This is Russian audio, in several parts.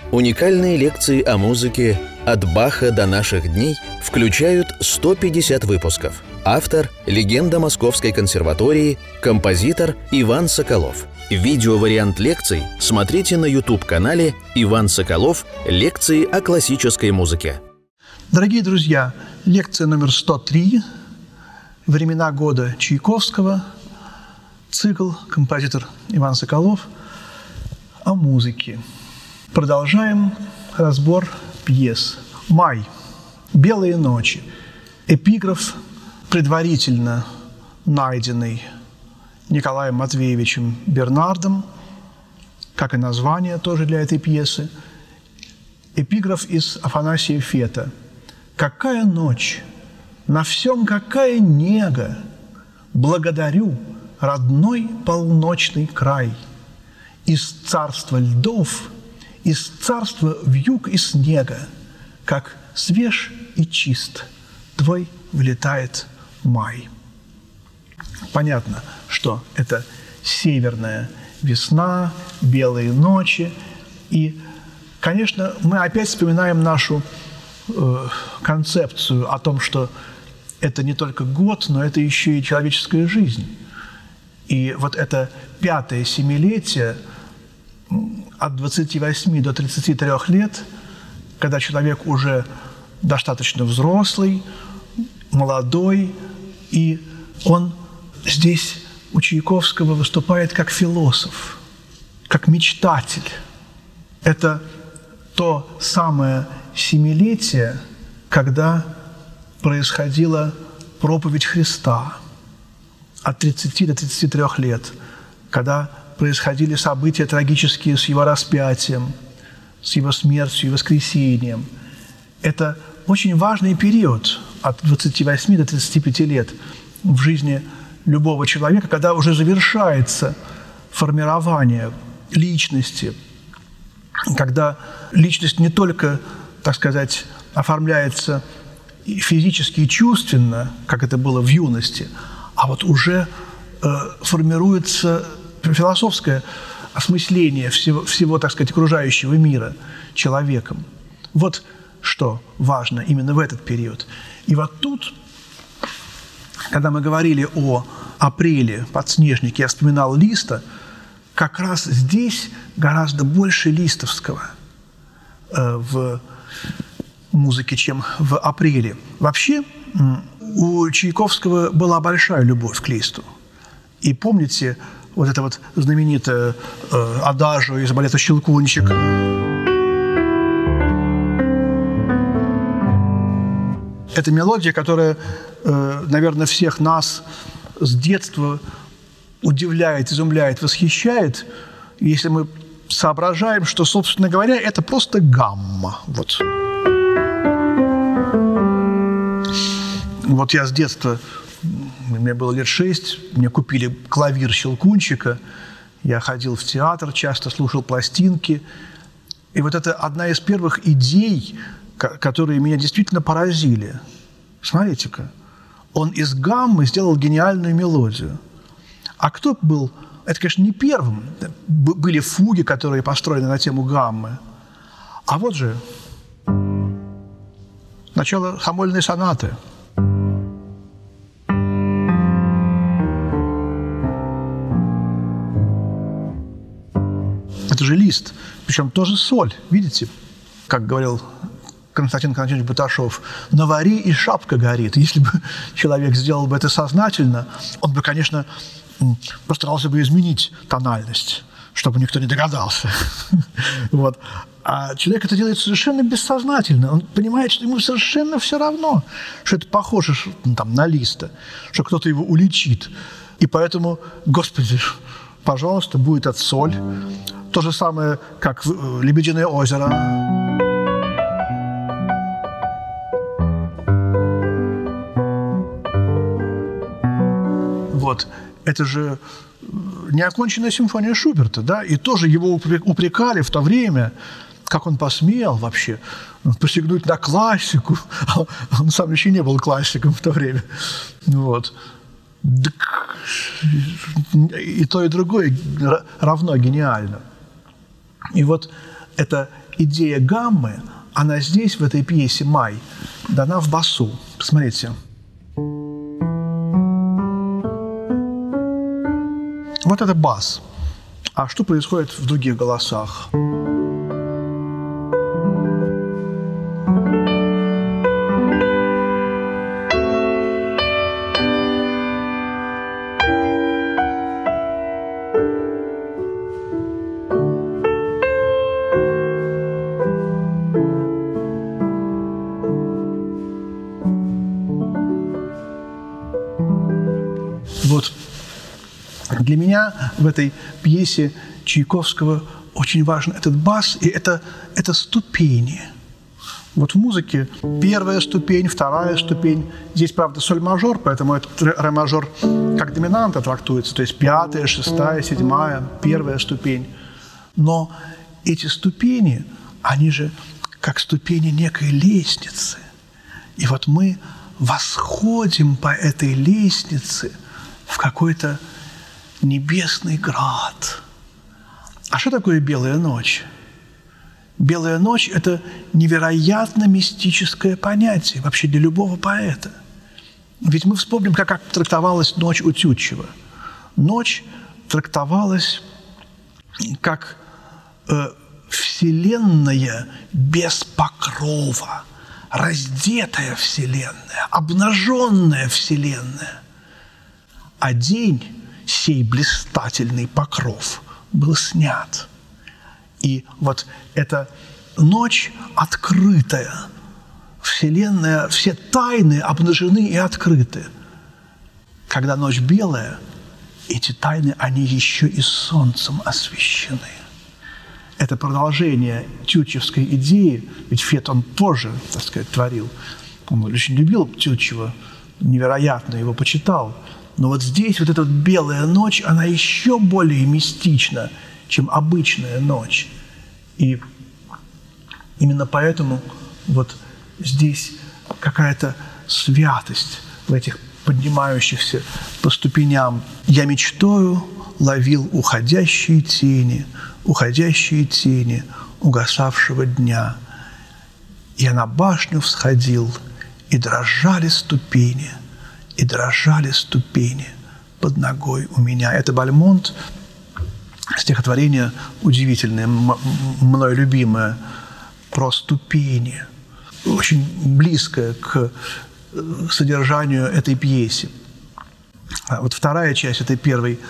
Уникальные лекции о музыке «От Баха до наших дней» включают 150 выпусков. Автор – легенда Московской консерватории, композитор Иван Соколов. Видеовариант лекций смотрите на YouTube-канале «Иван Соколов. Лекции о классической музыке». Дорогие друзья, лекция номер 103 «Времена года Чайковского», цикл «Композитор Иван Соколов» о музыке. Продолжаем разбор пьес. «Май. Белые ночи». Эпиграф, предварительно найденный Николаем Матвеевичем Бернардом, как и название тоже для этой пьесы. Эпиграф из Афанасия Фета. «Какая ночь! На всем какая нега! Благодарю родной полночный край! Из царства льдов, из царства вьюг и снега, как свеж и чист твой влетает май». Понятно, что это северная весна, белые ночи. И, конечно, мы опять вспоминаем нашу концепцию о том, что это не только год, но это еще и человеческая жизнь. И вот это 5-е семилетие от 28 до 33 лет, когда человек уже достаточно взрослый, молодой, и он здесь у Чайковского выступает как философ, как мечтатель. Это то самое семилетие, когда происходила проповедь Христа от 30 до 33 лет, когда происходили события трагические с его распятием, с его смертью и воскресением. Это очень важный период от 28 до 35 лет в жизни любого человека, когда уже завершается формирование личности, когда личность не только, так сказать, оформляется физически и чувственно, как это было в юности, а вот уже формируется философское осмысление всего, так сказать, окружающего мира человеком. Вот что важно именно в этот период. И вот тут, когда мы говорили о апреле, подснежнике, я вспоминал Листа, как раз здесь гораздо больше листовского в музыке, чем в апреле. Вообще, у Чайковского была большая любовь к Листу. И помните вот это вот знаменитое адажио из балета «Щелкунчик». Это мелодия, которая, наверное, всех нас с детства удивляет, изумляет, восхищает, если мы соображаем, что, собственно говоря, это просто гамма. Вот я с детства, мне было лет 6, мне купили клавир Щелкунчика, я ходил в театр, часто слушал пластинки. И вот это одна из первых идей, которые меня действительно поразили. Смотрите-ка, он из гаммы сделал гениальную мелодию. А кто был? Это, конечно, не первым. Были фуги, которые построены на тему гаммы. А вот же начало хамольной сонаты. Это же Лист, причем тоже соль, видите, как говорил Константин Константинович Баташов, на варе и шапка горит. Если бы человек сделал бы это сознательно, он бы, конечно, постарался бы изменить тональность, чтобы никто не догадался. Вот. А человек это делает совершенно бессознательно. Он понимает, что ему совершенно все равно, что это похоже там, на Листа, что кто-то его уличит. И поэтому, Господи, пожалуйста, будет от соль. То же самое, как в «Лебединое озеро». Вот. Это же неоконченная симфония Шуберта, да? И тоже его упрекали в то время, как он посмел вообще посягнуть на классику. Он сам еще не был классиком в то время. Вот. И то, и другое равно гениально. И вот эта идея гаммы, она здесь, в этой пьесе «Май», дана в басу. Посмотрите. Вот это бас. А что происходит в других голосах? Вот для меня в этой пьесе Чайковского очень важен этот бас, и это ступени. Вот в музыке первая ступень, вторая ступень. Здесь, правда, соль-мажор, поэтому этот ре-мажор как доминанта трактуется, то есть пятая, шестая, седьмая, первая ступень. Но эти ступени, они же как ступени некой лестницы. И вот мы восходим по этой лестнице в какой-то небесный град. А что такое белая ночь? Белая ночь – это невероятно мистическое понятие вообще для любого поэта. Ведь мы вспомним, как трактовалась ночь у Тютчева. Ночь трактовалась как вселенная без покрова, раздетая вселенная, обнаженная вселенная. А день, сей блистательный покров, был снят. И вот эта ночь открытая, вселенная, все тайны обнажены и открыты. Когда ночь белая, эти тайны, они еще и солнцем освещены. Это продолжение тютчевской идеи, ведь Фет он тоже, так сказать, творил. Он очень любил Тютчева, невероятно его почитал. Но вот здесь вот эта вот белая ночь, она еще более мистична, чем обычная ночь. И именно поэтому вот здесь какая-то святость в этих поднимающихся по ступеням. «Я мечтою ловил уходящие тени угасавшего дня. Я на башню всходил, и дрожали ступени под ногой у меня». Это Бальмонт, стихотворение удивительное, мной любимое, про ступени, очень близкое к содержанию этой пьесы. А вот вторая часть этой первой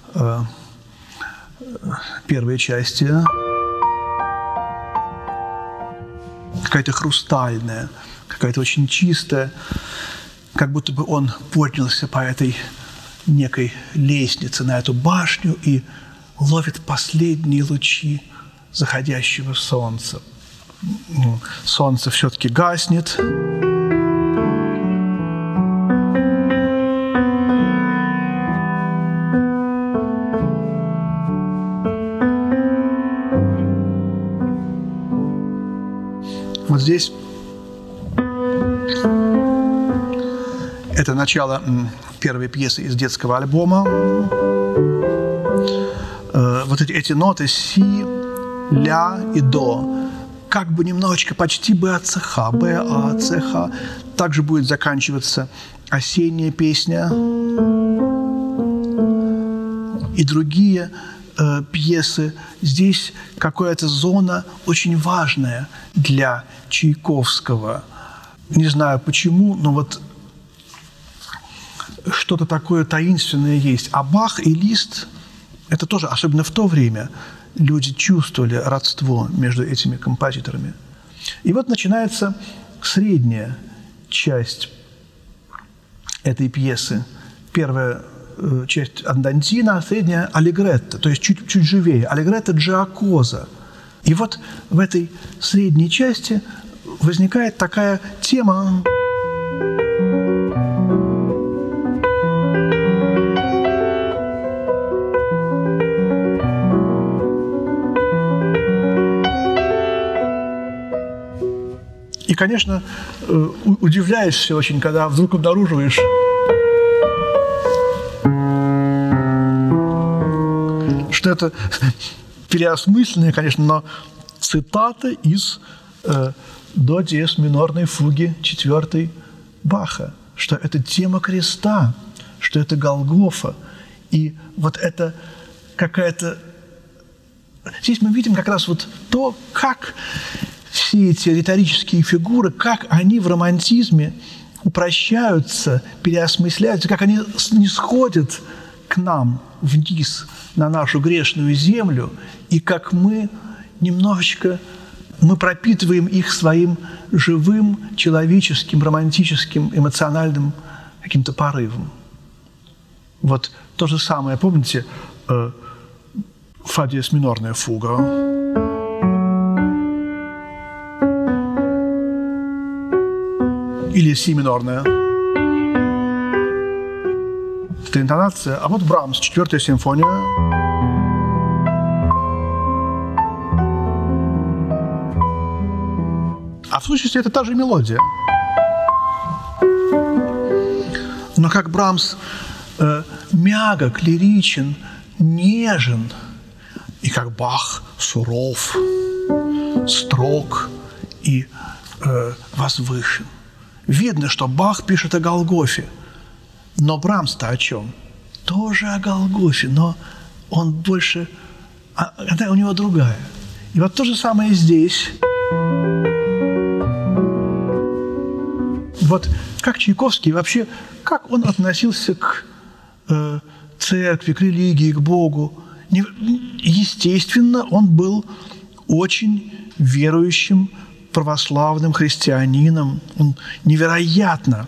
части какая-то хрустальная, какая-то очень чистая, как будто бы он поднялся по этой некой лестнице на эту башню и ловит последние лучи заходящего солнца. Солнце все-таки гаснет. Вот здесь это начало первой пьесы из детского альбома. Вот эти ноты си, ля и до, как бы немножечко, почти бы от цеха, б, а, цеха. Также будет заканчиваться осенняя песня и другие пьесы. Здесь какая-то зона очень важная для Чайковского. Не знаю почему, но вот что-то такое таинственное есть. А Бах и Лист – это тоже, особенно в то время, люди чувствовали родство между этими композиторами. И вот начинается средняя часть этой пьесы. Первая часть андантина, а средняя аллегретто, то есть чуть живее. Аллегретто джиакоза. И вот в этой средней части возникает такая тема. И, конечно, удивляешься очень, когда вдруг обнаруживаешь, что это переосмысленное, конечно, но цитата из до диез минорной фуги 4 Баха, что это тема креста, что это Голгофа. И вот это какая-то... Здесь мы видим как раз вот то, как все эти риторические фигуры, как они в романтизме упрощаются, переосмысляются, как они не сходят к нам вниз, на нашу грешную землю, и как мы немножечко... Мы пропитываем их своим живым, человеческим, романтическим, эмоциональным каким-то порывом. Вот то же самое, помните, фа диез минорная фуга. Или си минорная. Это интонация. А вот Брамс, 4-я симфония. А в сущности это та же мелодия. Но как Брамс мягок, лиричен, нежен, и как Бах суров, строг и возвышен. Видно, что Бах пишет о Голгофе, но Брамс-то о чем? Тоже о Голгофе, но он больше... Она у него другая. И вот то же самое здесь. Вот как Чайковский вообще, как он относился к церкви, к религии, к Богу. Естественно, он был очень верующим православным христианином. Он невероятно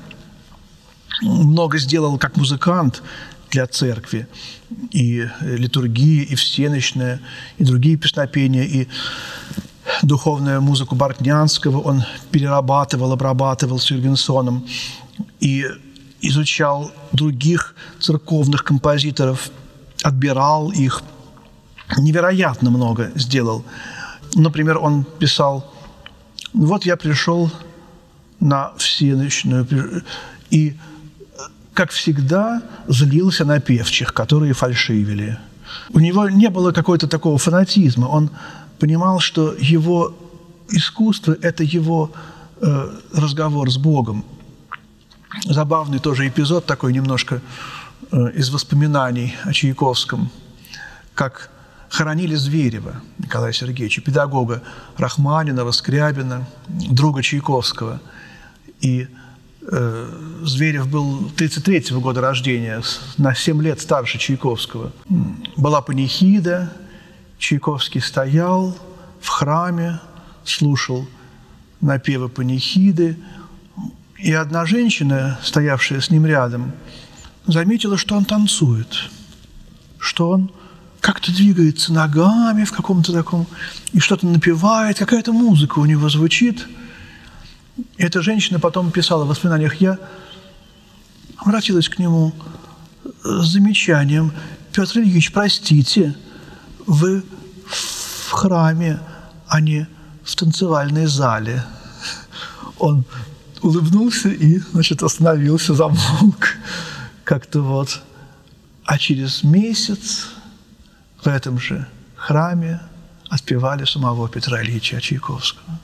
много сделал как музыкант для церкви. И литургия, и всенощная, и другие песнопения, и духовную музыку Бортнянского он перерабатывал, обрабатывал с Юргенсоном и изучал других церковных композиторов, отбирал их. Невероятно много сделал. Например, он писал: «Вот я пришел на всенощную и, как всегда, злился на певчих, которые фальшивили». У него не было какого-то такого фанатизма. Он понимал, что его искусство – это его разговор с Богом. Забавный тоже эпизод такой немножко из воспоминаний о Чайковском, как хоронили Зверева Николая Сергеевича, педагога Рахманинова, Скрябина, друга Чайковского. И Зверев был 1933 года рождения, на 7 лет старше Чайковского. Была панихида, Чайковский стоял в храме, слушал напевы панихиды, и одна женщина, стоявшая с ним рядом, заметила, что он танцует, что он как-то двигается ногами в каком-то таком, и что-то напевает, какая-то музыка у него звучит. И эта женщина потом писала в воспоминаниях: я обратилась к нему с замечанием: Петр Ильич, простите, вы в храме, а не в танцевальной зале. Он улыбнулся и, значит, остановился, замолк как-то вот. А через месяц в этом же храме отпевали самого Петра Ильича Чайковского.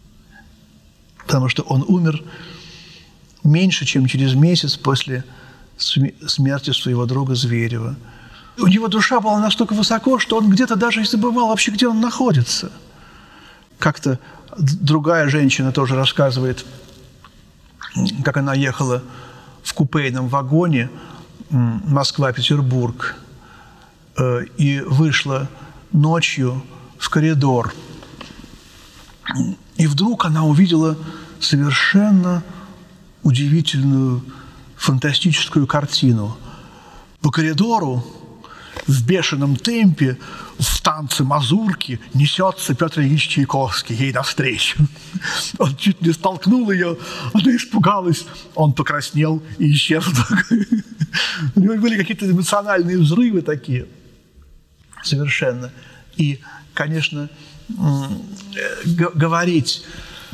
Потому что он умер меньше, чем через месяц после смерти своего друга Зверева. У него душа была настолько высоко, что он где-то даже и забывал вообще, где он находится. Как-то другая женщина тоже рассказывает, как она ехала в купейном вагоне Москва-Петербург и вышла ночью в коридор. И вдруг она увидела совершенно удивительную, фантастическую картину. По коридору в бешеном темпе, в танце мазурки несется Петр Ильич Чайковский ей навстречу. Он чуть не столкнул ее, она испугалась, он покраснел и исчез. У него были какие-то эмоциональные взрывы такие. Совершенно. И, конечно, говорить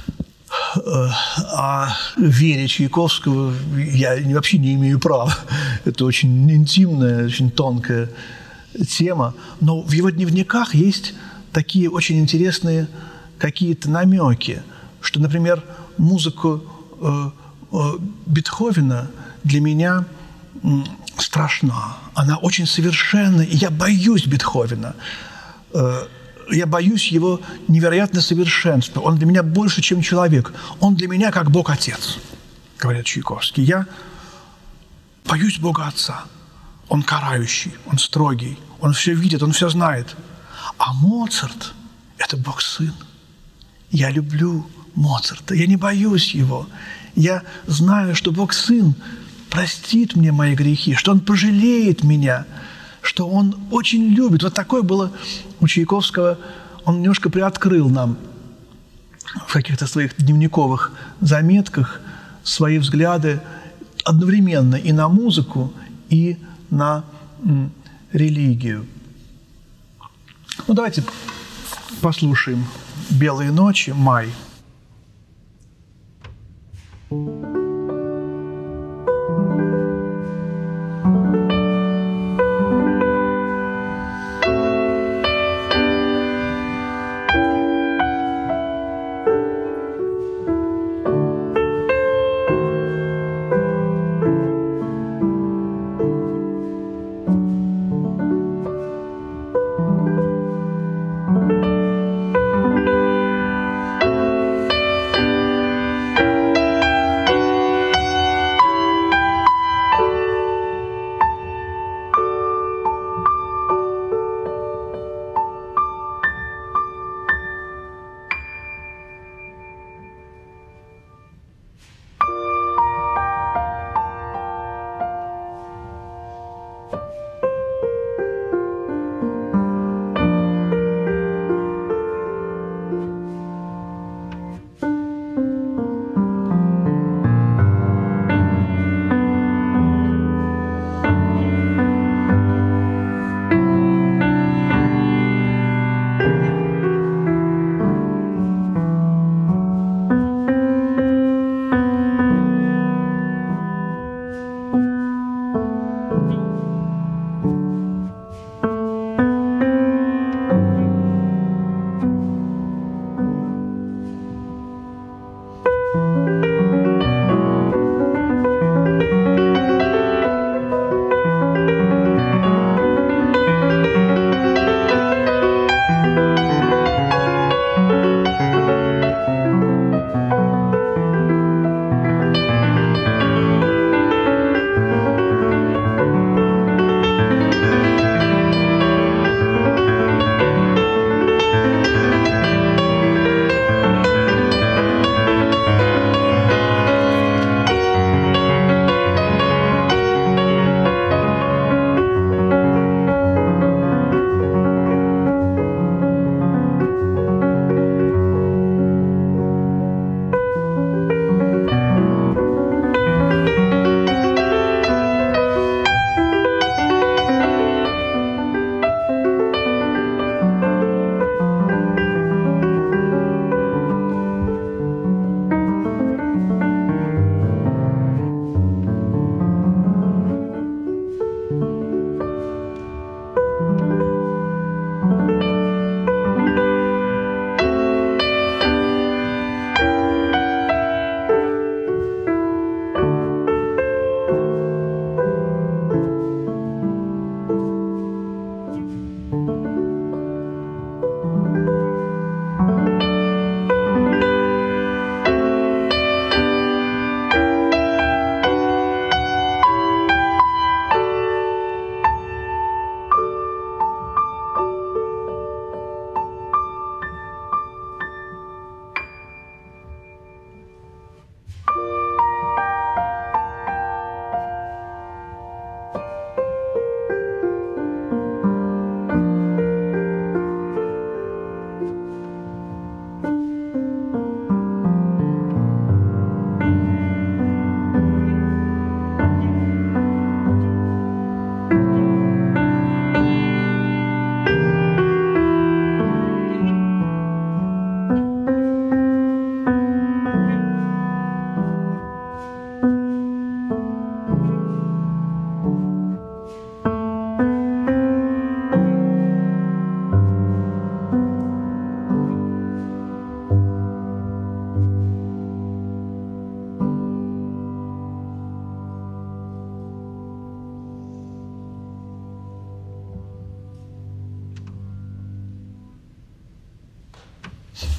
о вере Чайковского я вообще не имею права. Это очень интимная, очень тонкая тема. Но в его дневниках есть такие очень интересные какие-то намеки, что, например, музыку Бетховена для меня страшна. Она очень совершенна, и я боюсь Бетховена. Я боюсь его невероятного совершенства. Он для меня больше, чем человек. Он для меня как Бог-Отец, говорит Чайковский. Я боюсь Бога Отца. Он карающий, он строгий, он все видит, он все знает. А Моцарт – это Бог-Сын. Я люблю Моцарта, я не боюсь его. Я знаю, что Бог-Сын простит мне мои грехи, что Он пожалеет меня, что Он очень любит. Вот такое было у Чайковского. Он немножко приоткрыл нам в каких-то своих дневниковых заметках свои взгляды одновременно и на музыку, и на религию. Ну, давайте послушаем «Белые ночи», «Май».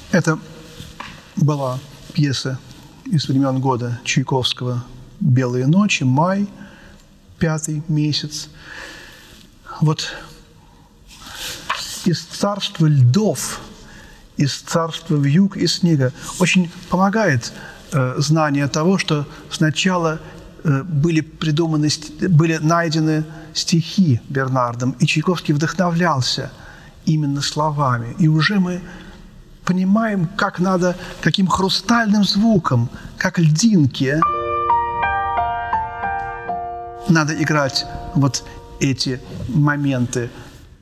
Это была пьеса из времен года Чайковского «Белые ночи», май, 5 месяц. Вот из царства льдов, из царства вьюг и снега очень помогает знание того, что сначала были найдены стихи Бернардом, и Чайковский вдохновлялся именно словами. И уже мы понимаем, как надо, каким хрустальным звуком, как льдинки, надо играть вот эти моменты.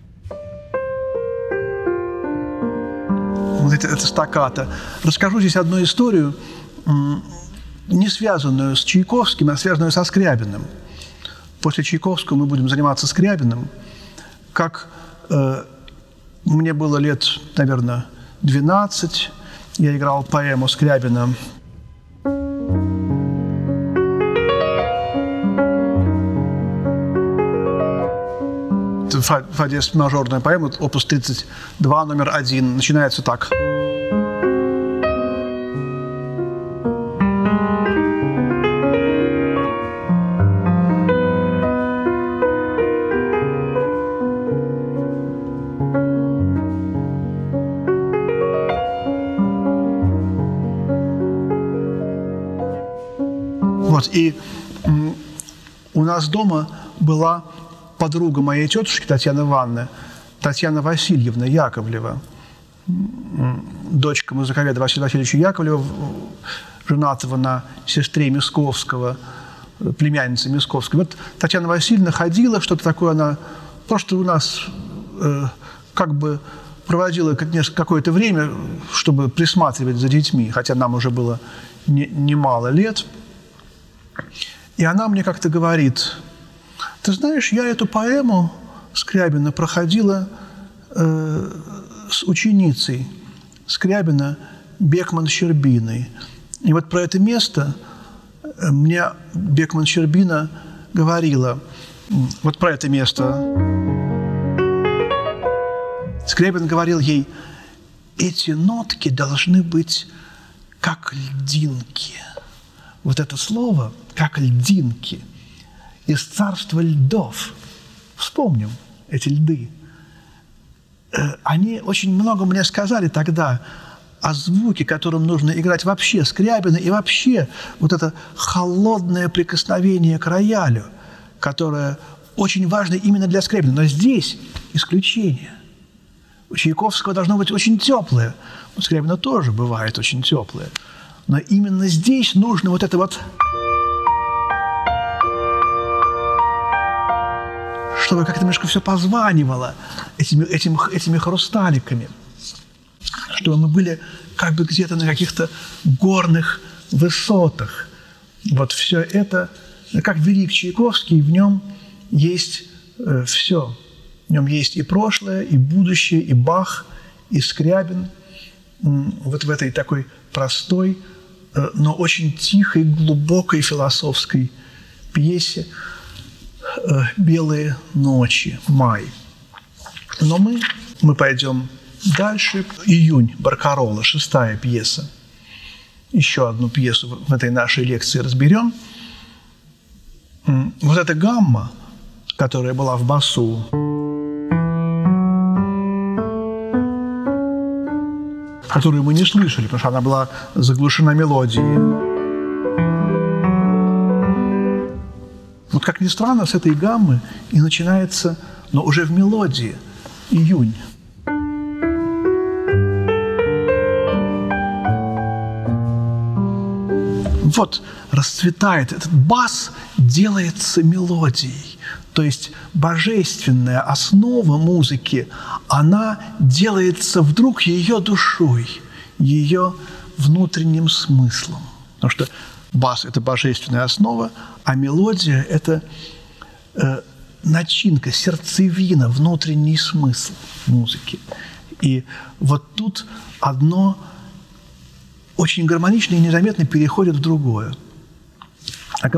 Вот это стаккато. Расскажу здесь одну историю, не связанную с Чайковским, а связанную со Скрябиным. После Чайковского мы будем заниматься Скрябиным. Как мне было лет, наверное, 12, я играл поэму Скрябина фа диез мажорная поэма, опус 32, номер 1. Начинается так. Вот, и у нас дома была подруга моей тетушки Татьяны Ивановны, Татьяна Васильевна Яковлева, дочка музыковеда Василия Васильевича Яковлева, женатого на сестре Мясковского, племянницы Мясковской. Вот Татьяна Васильевна ходила, что-то такое она просто у нас как бы проводила какое-то время, чтобы присматривать за детьми, хотя нам уже было немало лет. И она мне как-то говорит: ты знаешь, я эту поэму Скрябина проходила с ученицей Скрябина Бекман-Щербиной. И вот про это место мне Бекман-Щербина говорила. Вот про это место. Скрябин говорил ей: эти нотки должны быть как льдинки. Вот это слово «как льдинки» из царства льдов. Вспомним эти льды. Они очень много мне сказали тогда о звуке, которым нужно играть вообще Скрябина, и вообще вот это холодное прикосновение к роялю, которое очень важно именно для Скрябина. Но здесь исключение. У Чайковского должно быть очень теплое. У Скрябина тоже бывает очень теплое. Но именно здесь нужно вот это вот, чтобы как-то немножко все позванивало этими хрусталиками, чтобы мы были как бы где-то на каких-то горных высотах. Вот все это, как велик Чайковский, в нем есть все. В нем есть и прошлое, и будущее, и Бах, и Скрябин. Вот в этой такой простой, но очень тихой, глубокой философской пьесе «Белые ночи», май. Но мы пойдем дальше. Июнь Баркарола, 6-я пьеса. Еще одну пьесу в этой нашей лекции разберем. Вот эта гамма, которая была в басу, которую мы не слышали, потому что она была заглушена мелодией. Вот как ни странно, с этой гаммы и начинается, но уже в мелодии, июнь. Вот расцветает этот бас, делается мелодией. То есть божественная основа музыки, она делается вдруг ее душой, ее внутренним смыслом. Потому что бас – это божественная основа, а мелодия – это начинка, сердцевина, внутренний смысл музыки. И вот тут одно очень гармонично и незаметно переходит в другое.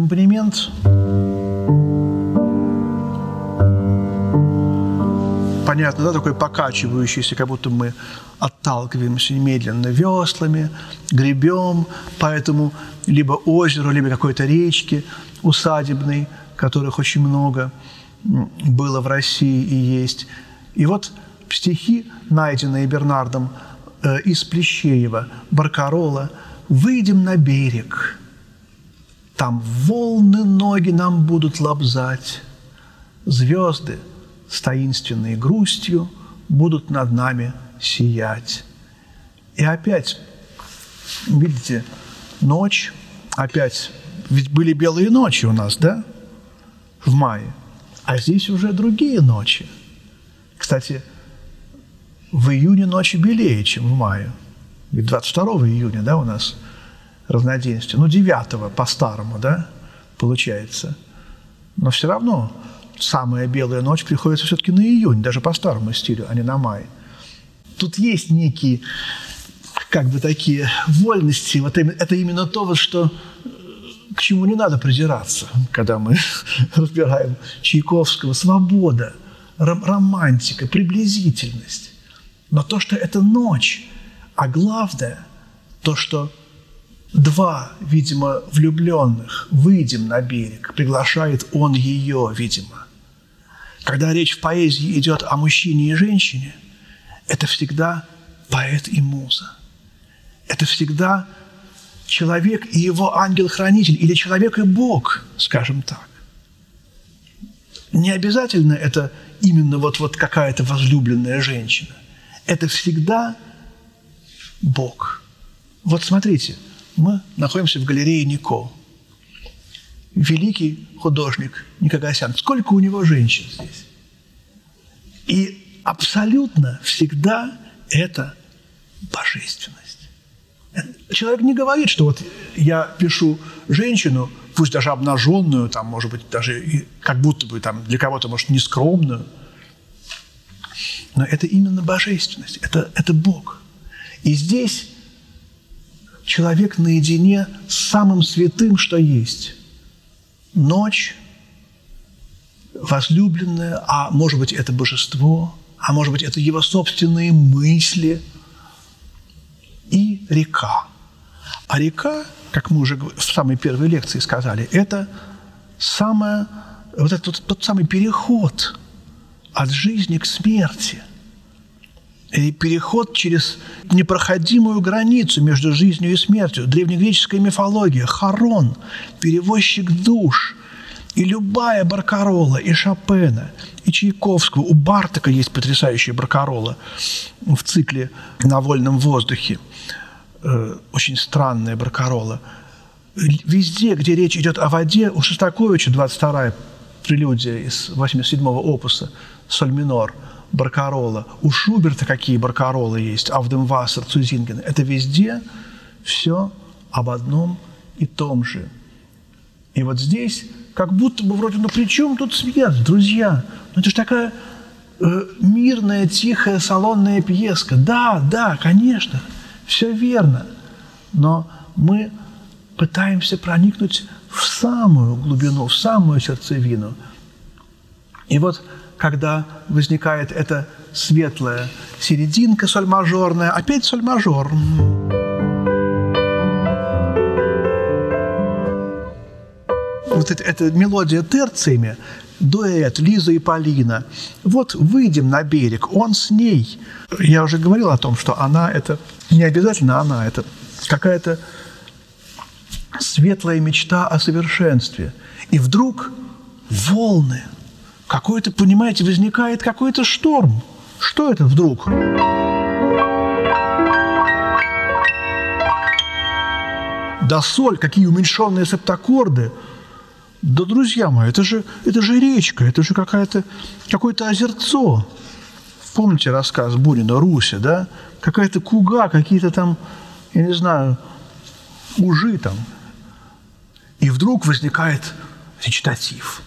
Аккомпанемент, по понятно, да, такой покачивающийся, как будто мы отталкиваемся медленно веслами, гребем по этому либо озеру, либо какой-то речке усадебной, которых очень много было в России и есть. И вот стихи, найденные Бернардом из Плещеева, Баркарола: «Выйдем на берег, там волны ноги нам будут лобзать, звезды с таинственной грустью будут над нами сиять». И опять, видите, ночь, опять, ведь были белые ночи у нас, да, в мае, а здесь уже другие ночи. Кстати, в июне ночи белее, чем в мае. Ведь 22 июня, да, у нас равноденствие. 9 по-старому, да, получается. Но все равно самая белая ночь приходится все-таки на июнь, даже по старому стилю, а не на май. Тут есть некие, как бы такие вольности. Вот это именно то, вот, что, к чему не надо придираться, когда мы разбираем Чайковского. Свобода, романтика, приблизительность. Но то, что это ночь, а главное, то, что два, видимо, влюбленных, выйдем на берег, приглашает он ее, видимо. Когда речь в поэзии идет о мужчине и женщине, это всегда поэт и муза. Это всегда человек и его ангел-хранитель, или человек и Бог, скажем так. Не обязательно это именно вот какая-то возлюбленная женщина. Это всегда Бог. Вот смотрите, мы находимся в галерее Нико. Великий художник Никогасян. Сколько у него женщин здесь? И абсолютно всегда это божественность. Человек не говорит, что вот я пишу женщину, пусть даже обнаженную, там, может быть, даже и как будто бы там, для кого-то, может, нескромную, но это именно божественность, это Бог. И здесь человек наедине с самым святым, что есть. Ночь, возлюбленная, а может быть, это божество, а может быть, это его собственные мысли, и река. А река, как мы уже в самой первой лекции сказали, это тот самый переход от жизни к смерти. И переход через непроходимую границу между жизнью и смертью. Древнегреческая мифология, Харон, перевозчик душ. И любая Баркарола, и Шопена, и Чайковского. У Бартака есть потрясающая Баркарола в цикле «На вольном воздухе». Очень странная Баркарола. Везде, где речь идет о воде, у Шостаковича 22-я прелюдия из 87-го опуса «Соль минор», Баркарола. У Шуберта какие Баркаролы есть, Авдемвассер, Цузинген. Это везде все об одном и том же. И вот здесь как будто бы вроде, при чем тут свет, друзья? Это же такая мирная, тихая, салонная пьеска. Да, конечно, все верно. Но мы пытаемся проникнуть в самую глубину, в самую сердцевину. И вот когда возникает эта светлая серединка соль-мажорная, опять соль-мажор. Вот эта мелодия терциями, дуэт Лиза и Полина. Вот выйдем на берег, он с ней. Я уже говорил о том, что она – это не обязательно она, это какая-то светлая мечта о совершенстве. И вдруг волны. Какой-то, понимаете, возникает какой-то шторм. Что это вдруг? Да соль, какие уменьшенные септаккорды. Да, друзья мои, это же речка, это же какое-то озерцо. Помните рассказ Бунина «Руся», да? Какая-то куга, какие-то там, я не знаю, ужи там. И вдруг возникает речитатив.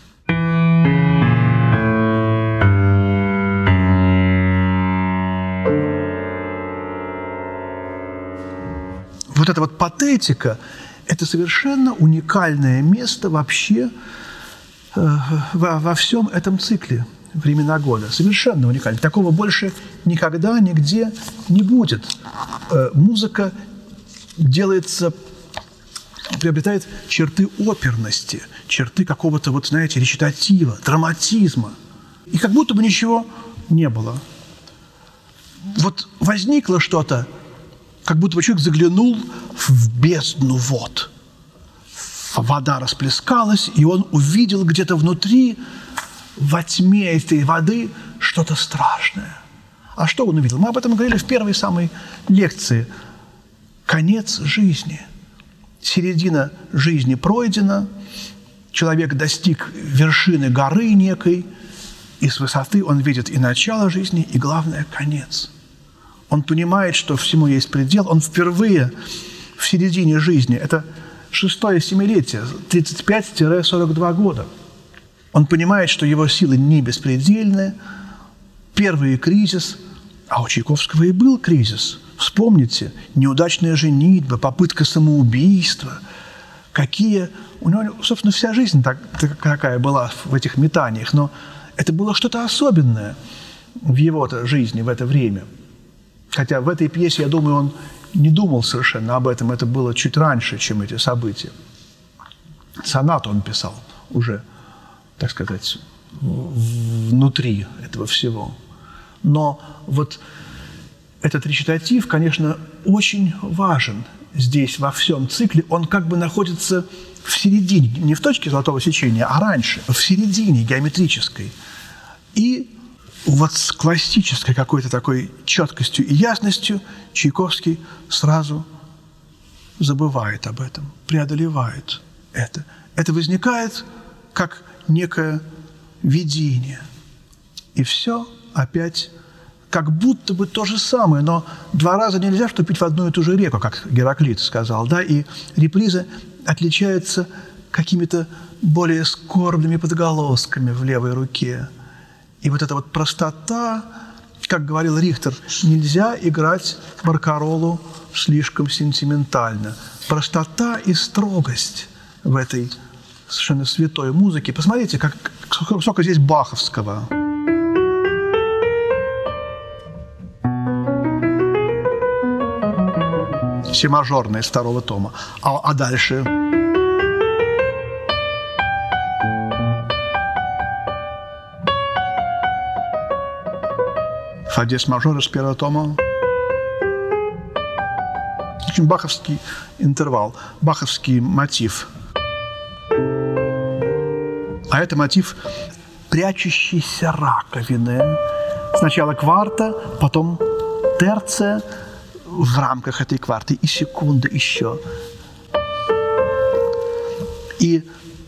Вот эта вот патетика – это совершенно уникальное место вообще во всем этом цикле. времена года. Совершенно уникально. Такого больше никогда нигде не будет. Музыка делается, приобретает черты оперности, черты какого-то, вот, знаете, речитатива, драматизма. И как будто бы ничего не было. Вот возникло что-то, как будто бы человек заглянул в бездну вод. Вода расплескалась, и он увидел где-то внутри, во тьме этой воды, что-то страшное. А что он увидел? Мы об этом говорили в первой самой лекции. Конец жизни. Середина жизни пройдена, человек достиг вершины горы некой, и с высоты он видит и начало жизни, и, главное, конец. Он понимает, что всему есть предел. Он впервые в середине жизни, это 6-е семилетие, 35-42 года. Он понимает, что его силы не беспредельны. Первый кризис, а у Чайковского и был кризис. Вспомните, неудачная женитьба, попытка самоубийства. Какие... У него, собственно, вся жизнь такая была в этих метаниях, но это было что-то особенное в его жизни в это время. Хотя в этой пьесе, я думаю, он не думал совершенно об этом. Это было чуть раньше, чем эти события. Сонату он писал уже, так сказать, внутри этого всего. Но вот этот речитатив, конечно, очень важен здесь, во всем цикле. Он как бы находится в середине, не в точке золотого сечения, а раньше, в середине геометрической. И вот с классической какой-то такой четкостью и ясностью Чайковский сразу забывает об этом, преодолевает это. Это возникает как некое видение. И все опять как будто бы то же самое, но 2 раза нельзя вступить в одну и ту же реку, как Гераклит сказал, да, и реприза отличается какими-то более скорбными подголосками в левой руке. И вот эта вот простота, как говорил Рихтер, нельзя играть баркаролу слишком сентиментально. Простота и строгость в этой совершенно святой музыке. Посмотрите, сколько здесь баховского. Си-мажорная из 2-го тома. А дальше... Фа диез мажор из 1-го тома. Очень баховский интервал, баховский мотив. А это мотив прячущейся раковины. Сначала кварта, потом терция в рамках этой кварты, и секунда еще. И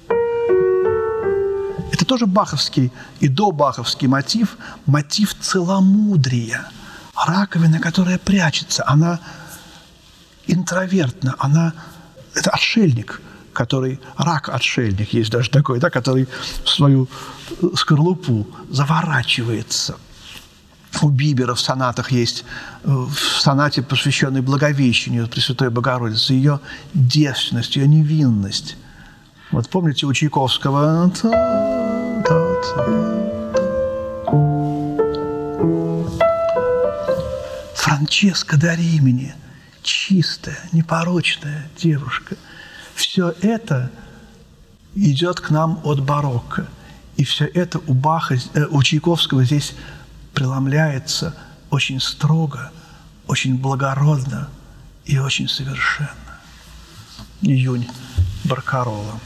это тоже баховский и добаховский мотив, мотив целомудрия. Раковина, которая прячется, она интровертна, это отшельник, который, рак-отшельник, есть даже такой, да, который в свою скорлупу заворачивается. У Бибера в сонатах есть, в сонате, посвященной Благовещению Пресвятой Богородицы, ее девственность, ее невинность. Вот помните у Чайковского... Франческа да Римини, чистая, непорочная девушка. Все это идет к нам от барокко. И все это у Чайковского здесь преломляется очень строго, очень благородно и очень совершенно. Июнь баркарола.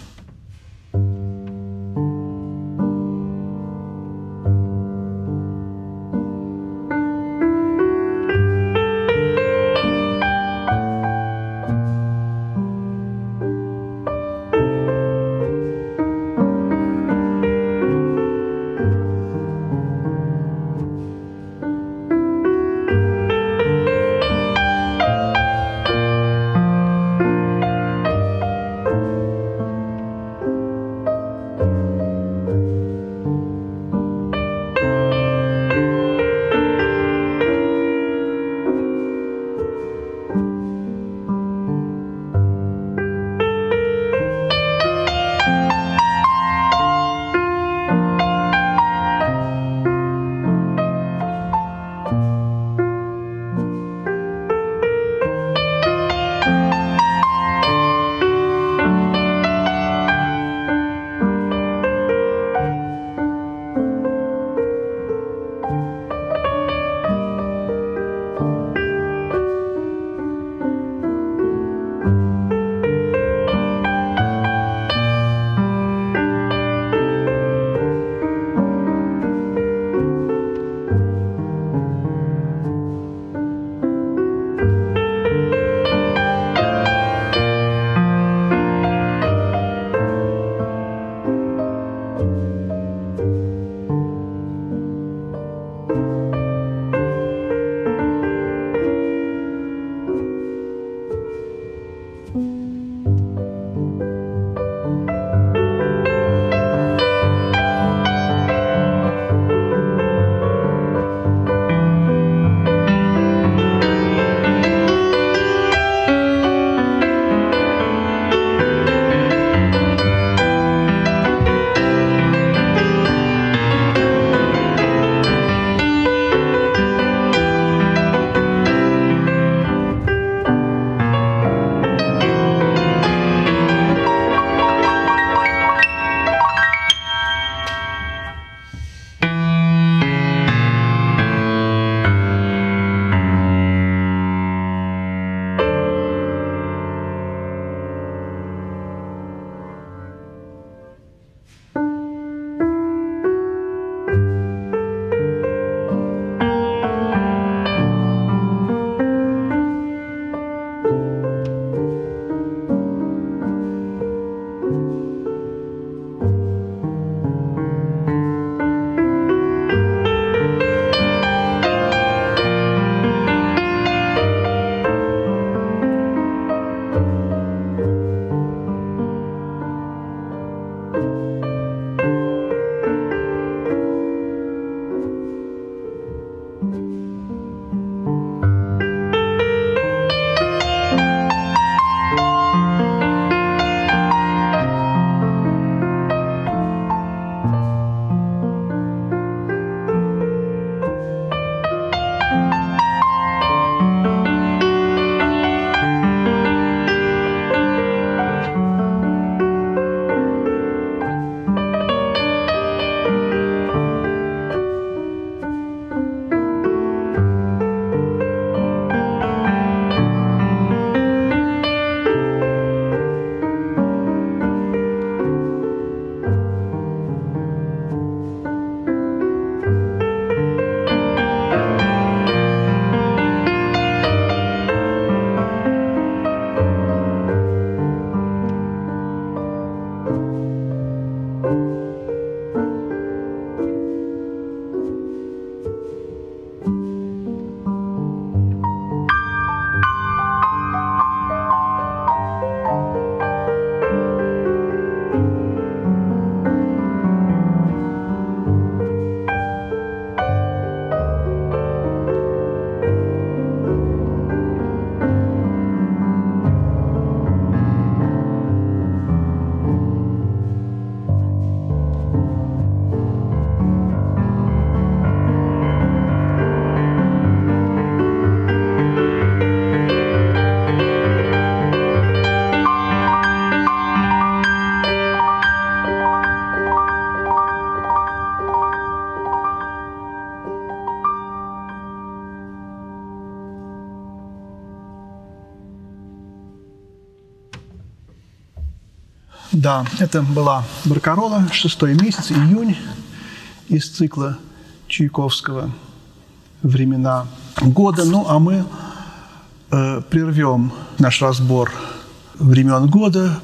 Да, это была Баркарола, 6-й месяц, июнь, из цикла Чайковского «Времена года». Ну, а мы прервем наш разбор времен года,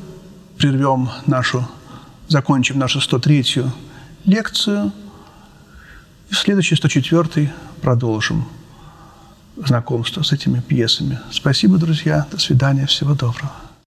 закончим нашу 103-ю лекцию, и в следующей 104-й продолжим знакомство с этими пьесами. Спасибо, друзья. До свидания. Всего доброго.